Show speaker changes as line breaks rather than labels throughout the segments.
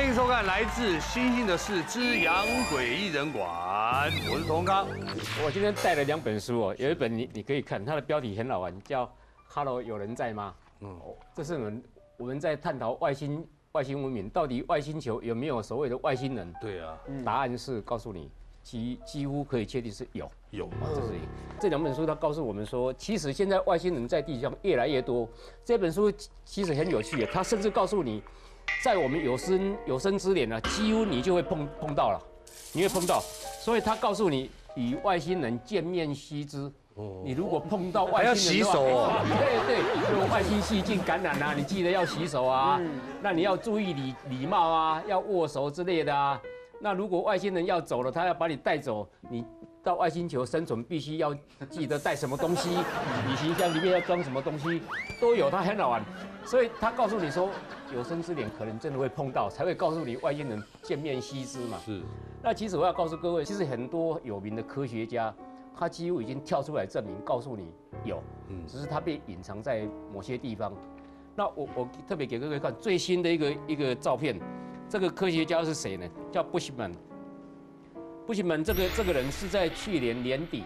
欢迎收看来自星星的事之洋鬼异人馆，我是童康。
我今天带了2本书哦，有一本你可以看，它的标题很好玩，叫《Hello 有人在吗》。这是我们在探讨外星文明，到底外星球有没有所谓的外星人？
对啊，
答案是告诉你，几乎可以确定是有。这2本书它告诉我们说，其实现在外星人在地球上越来越多。这本书其实很有趣，它甚至告诉你，在我们有生之年呢，几乎你就会碰到了，你会碰到。所以他告诉你，与外星人见面须知。你如果碰到外星人的话，还
要洗手哦。
对，有外星细菌感染啊，你记得要洗手啊。那你要注意礼貌啊，要握手之类的啊。那如果外星人要走了，他要把你带走，你到外星球生存必须要记得带什么东西，旅行箱里面要装什么东西，都有，它很好玩。所以他告诉你说，有生之年可能真的会碰到，才会告诉你外星人见面须知嘛。
是。
那其实我要告诉各位，其实很多有名的科学家，他几乎已经跳出来证明，告诉你有，只是他被隐藏在某些地方。那我特别给各位看最新的一个照片，这个科学家是谁呢？叫 Bushman。Bushman 这个人是在去年年底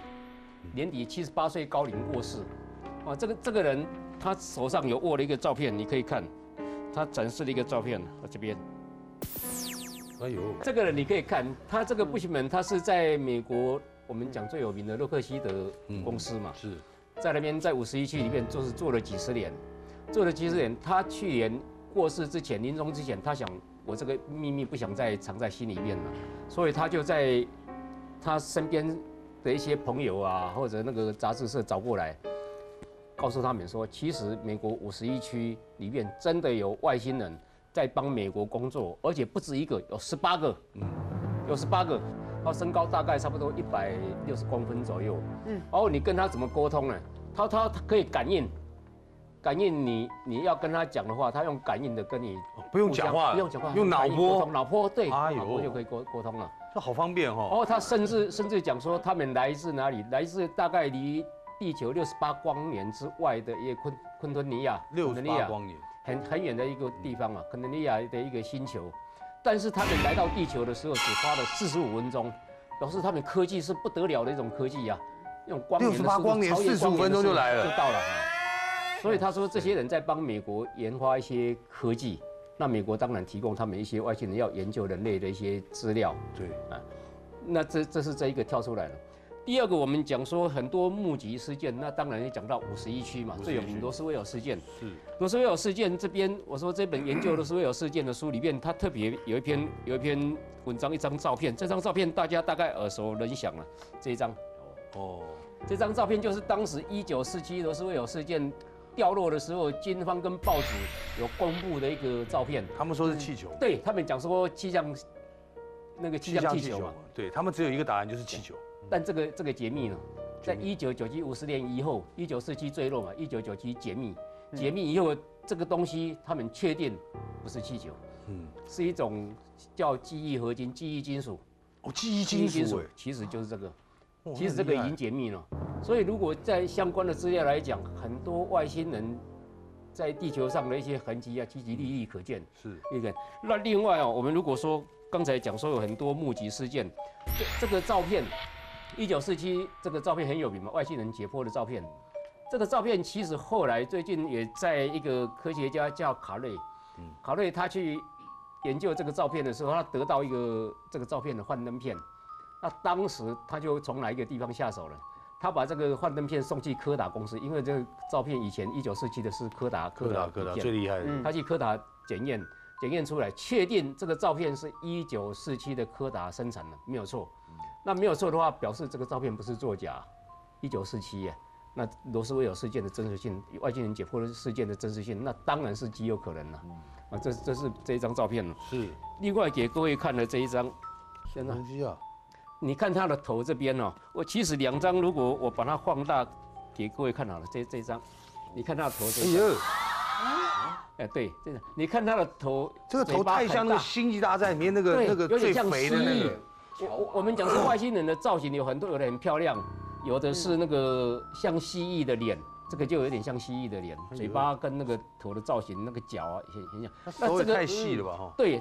78岁高龄过世。啊，这个人他手上有握了一个照片，你可以看，他展示了一个照片，这边。
哎呦，
这个人你可以看，他这个Bushman他是在美国。我们讲最有名的洛克希德公司嘛，
是
在那边在51区里面做了几十年，他去年过世之前，临终之前，他想我这个秘密不想再藏在心里面了，所以他就在他身边的一些朋友啊，或者那个杂志社找过来，告诉他们说，其实美国51区里面真的有外星人在帮美国工作，而且不止一个，有18个，有18个。他身高大概差不多160公分左右，然后你跟他怎么沟通呢？他可以感应你要跟他讲的话，他用感应的跟你
不用讲话，用脑波，
对，脑波就可以沟通了，
这好方便哦。
然后他甚至讲说他们来自哪里，来自大概离地球68光年之外的一个昆顿尼亚
，68光年，
很远的一个地方啊，昆顿尼亚的一个星球。但是他们来到地球的时候只花了45分钟，表示他们科技是不得了的一种科技啊，用光年的速度，68光年
45分钟就来了，
就到了。所以他说这些人在帮美国研发一些科技，那美国当然提供他们一些外星人要研究人类的一些资料。
对啊，
那这是这一个跳出来了。第二个，我们讲说很多目击事件，那当然也讲到51区嘛，最有名罗斯威尔事件。是罗斯威尔事件这边，我说这本研究罗斯威尔事件的书里面，它特别有一篇文章，一张照片。这张照片大家大概耳熟能详了，这一张。这张照片就是当时1947罗斯威尔事件掉落的时候，军方跟报纸有公布的一个照片。
他们说是气球。
对他们讲说气象气球嘛。
对他们只有一个答案，就是气球。
但这个解密呢，在1997 50年以后，1947坠落嘛，1997解密以后，这个东西他们确定不是气球，是一种叫记忆合金、记忆金属。
记忆金属，
其实就是这个，其实这个已经解密了。所以如果在相关的资料来讲，很多外星人在地球上的一些痕迹啊，历历可见。是一个。那另外我们如果说刚才讲说有很多目击事件，这个照片。1947这个照片很有名嘛，外星人解剖的照片。这个照片其实后来最近也在一个科学家叫卡瑞，他去研究这个照片的时候，他得到一个这个照片的幻灯片。那当时他就从哪一个地方下手了？他把这个幻灯片送去柯达公司，因为这个照片以前1947的是柯达
最厉害的。
他去柯达检验出来，确定这个照片是1947的柯达生产的，没有错。那没有错的话，表示这个照片不是作假。1947耶，那罗斯威尔事件的真实性，外星人解剖的事件的真实性，那当然是极有可能了。这是这一张照片了。是。另外给各位看的这一张，
什么东西啊？
你看他的头这边哦，我其实2张，如果我把它放大给各位看好了，这张，你看他的头这一张。对，这个你看他的头，
这个头太像那个《星际大战》里面那个最肥的那个。
我们讲说外星人的造型有很多，有的很漂亮，有的是那个像蜥蜴的脸，这个就有点像蜥蜴的脸，嘴巴跟那个头的造型，那个脚啊很像。
那这个太细了吧？
对，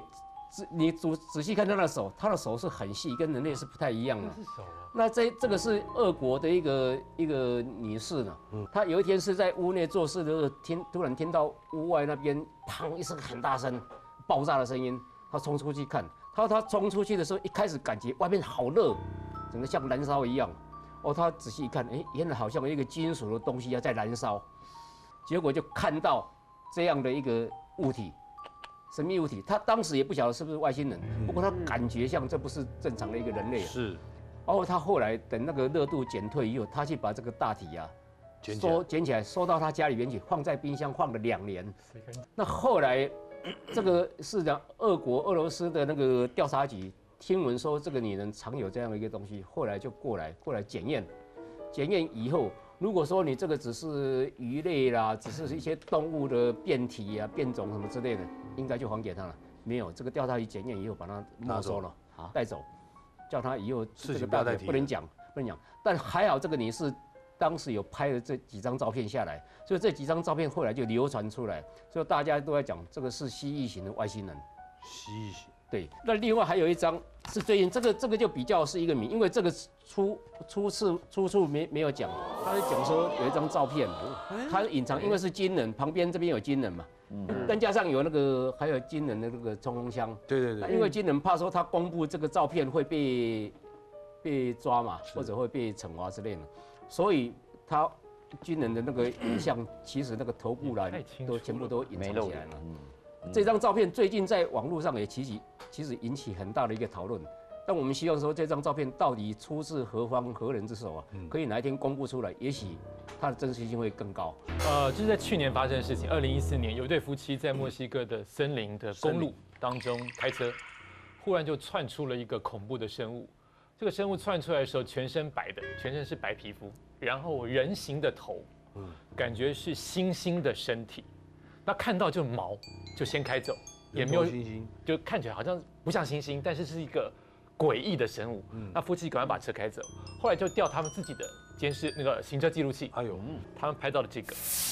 你仔细看他的手，他的手是很细，跟人类是不太一样的。
是手啊。
那这个是俄国的一个女士呢，她有一天是在屋内做事的时候，突然听到屋外那边砰一声很大声爆炸的声音，她冲出去看，她冲出去的时候，一开始感觉外面好热，整个像燃烧一样。哦，她仔细一看，哎，原来好像有一个金属的东西要在燃烧，结果就看到这样的一个物体。神秘物体，他当时也不晓得是不是外星人，不过他感觉像这不是正常的一个人类啊。
是，
然后他后来等那个热度减退以后，他去把这个大体啊捡起来，收到他家里面去，放在冰箱放了2年。那后来这个是讲俄罗斯的那个调查局听闻说这个女人藏有这样的一个东西，后来就过来检验以后。如果说你这个只是鱼类啦，只是一些动物的变体啊、变种什么之类的，应该就还给他了。没有，这个调查局检验以后把它没收了，带走，叫他以后这个大体不能讲。但还好这个女士当时有拍了这几张照片下来，所以这几张照片后来就流传出来，所以大家都在讲这个是蜥蜴型的外星人。
蜥蜴型。对，
那另外还有一张是最近这个就比较是一个谜，因为这个出处没有讲，他是讲说有一张照片，他隐藏，因为是金人，旁边这边有金人嘛，再加上有那个还有金人的那个冲锋枪，
对，
因为金人怕说他公布这个照片会被抓嘛，或者会被惩罚之类的，所以他军人的那个影像，其实那个头部啦都全部都隐藏起来了。这张照片最近在网络上也其实引起很大的一个讨论，但我们希望说这张照片到底出自何方何人之手啊？可以哪一天公布出来，也许它的真实性会更高。
这是在去年发生的事情，2014年有一对夫妻在墨西哥的森林的公路当中开车，忽然就窜出了一个恐怖的生物。这个生物窜出来的时候，全身白的，全身是白皮肤，然后人形的头，感觉是猩猩的身体。那看到就毛，就先开走，也没有
猩猩，
就看起来好像不像猩猩，但是是一个诡异的生物。那夫妻赶快把车开走，后来就调他们自己的监视那个行车记录器，哎呦，他们拍到了这个，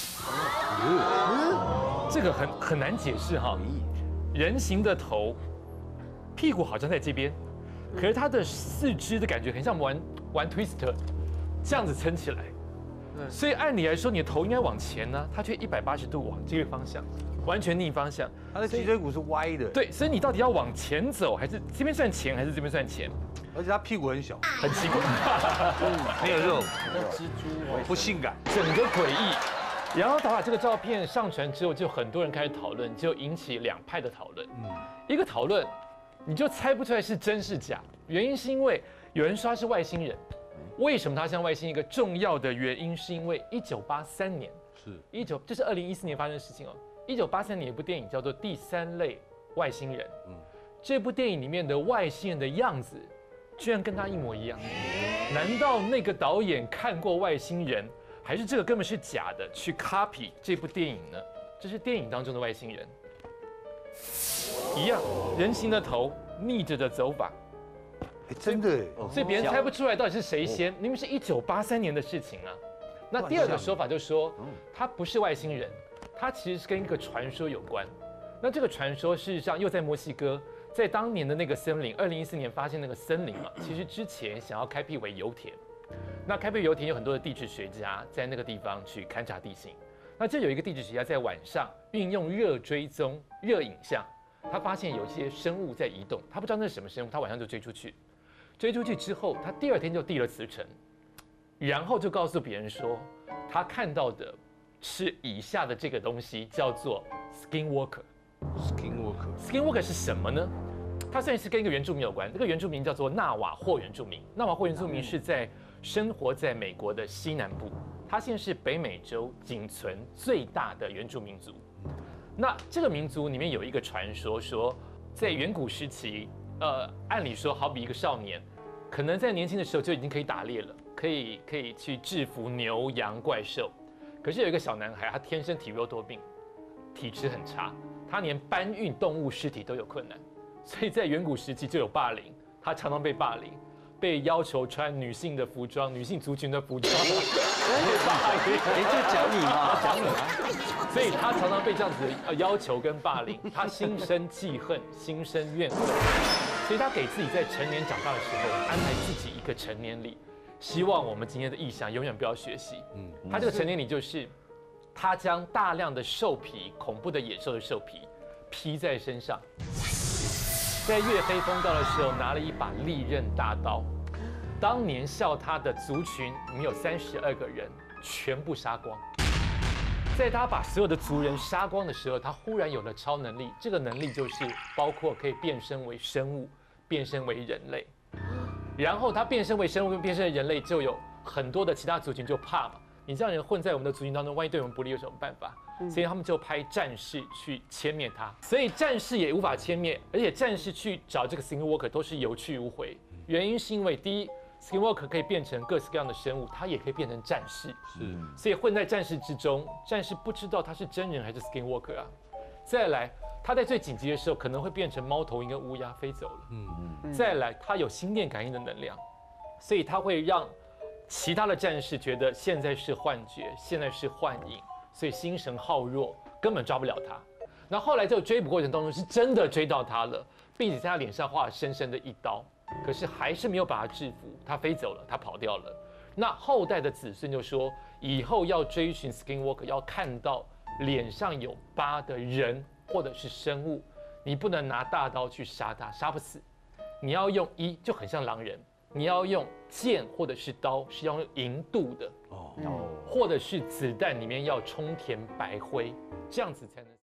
这个很难解释哈，人形的头，屁股好像在这边，可是它的四肢的感觉很像玩 Twister， 这样子撑起来。所以按理来说，你的头应该往前呢，它却180度往这个方向，完全逆方向。
它的脊椎骨是歪的。
对，所以你到底要往前走，还是这边算前，还是这边算前？
而且它屁股很小，
很奇怪，
没有肉，
蜘蛛
不性感，
整个诡异。然后他把这个照片上传之后，就很多人开始讨论，就引起2派的讨论。一个讨论，你就猜不出来是真是假，原因是因为有人说他是外星人。为什么它像外星？一个重要的原因是因为1983年，这是2014年发生的事情哦。1983年有一部电影叫做《第3类外星人》，这部电影里面的外星人的样子，居然跟他一模一样。难道那个导演看过外星人，还是这个根本是假的，去 copy 这部电影呢？这是电影当中的外星人，一样人形的头，逆着的走法。
真的哎，
所以别人猜不出来到底是谁先，明明是1983年的事情啊。那第二个说法就是说，他不是外星人，他其实是跟一个传说有关。那这个传说事实上又在墨西哥，在当年的那个森林，2014年发现那个森林嘛，其实之前想要开辟为油田。那开辟油田有很多的地质学家在那个地方去勘察地形。那这有一个地质学家在晚上运用热追踪、热影像，他发现有一些生物在移动，他不知道那是什么生物，他晚上就追出去。追出去之后，他第2天就递了辞呈，然后就告诉别人说，他看到的是以下的这个东西，叫做 Skinwalker。Skinwalker 是什么呢？它算是跟一个原住民有关，这个原住民叫做纳瓦霍原住民。纳瓦霍原住民是生活在美国的西南部，它现在是北美洲仅存最大的原住民族。那这个民族里面有一个传说说，在远古时期。按理说，好比一个少年，可能在年轻的时候就已经可以打猎了，可以去制服牛羊怪兽。可是有一个小男孩，他天生体弱多病，体质很差，他连搬运动物尸体都有困难，所以在远古时期就有霸凌，他常常被霸凌， 被要求穿女性的服装、女性族群的服装，
就讲你嘛，讲你啊。
所以他常常被这样子要求跟霸凌，他心生记恨，心生怨恨，所以他给自己在成年长大的时候安排自己一个成年礼，希望我们今天的意象永远不要学习。他这个成年礼就是，他将大量的兽皮，恐怖的野兽的兽皮披在身上，在月黑风高的时候拿了一把利刃大刀。当年笑他的族群里面有32个人，全部杀光。在他把所有的族人杀光的时候，他忽然有了超能力。这个能力就是包括可以变身为生物，变身为人类。然后他变身为生物跟变身为人类，就有很多的其他族群就怕嘛，你这样人混在我们的族群当中，万一对我们不利有什么办法？所以他们就派战士去歼灭他。所以战士也无法歼灭，而且战士去找这个 Skinwalker 都是有去无回。原因是因为第一， Skinwalker 可以变成各式各样的生物，它也可以变成战士，所以混在战士之中，战士不知道他是真人还是 Skinwalker 啊。再来，他在最紧急的时候可能会变成猫头鹰跟乌鸦飞走了。再来，他有心电感应的能量，所以他会让其他的战士觉得现在是幻觉，现在是幻影，所以心神耗弱，根本抓不了他。那后来在追捕过程当中，是真的追到他了，并且在他脸上划了深深的一刀。 可是还是没有把他制服，他飞走了，他跑掉了。那后代的子孙就说，以后要追寻 Skinwalker， 要看到脸上有疤的人或者是生物，你不能拿大刀去杀他，杀不死。你要用就很像狼人，你要用剑或者是刀，是要用银镀的或者是子弹里面要充填白灰，这样子才能。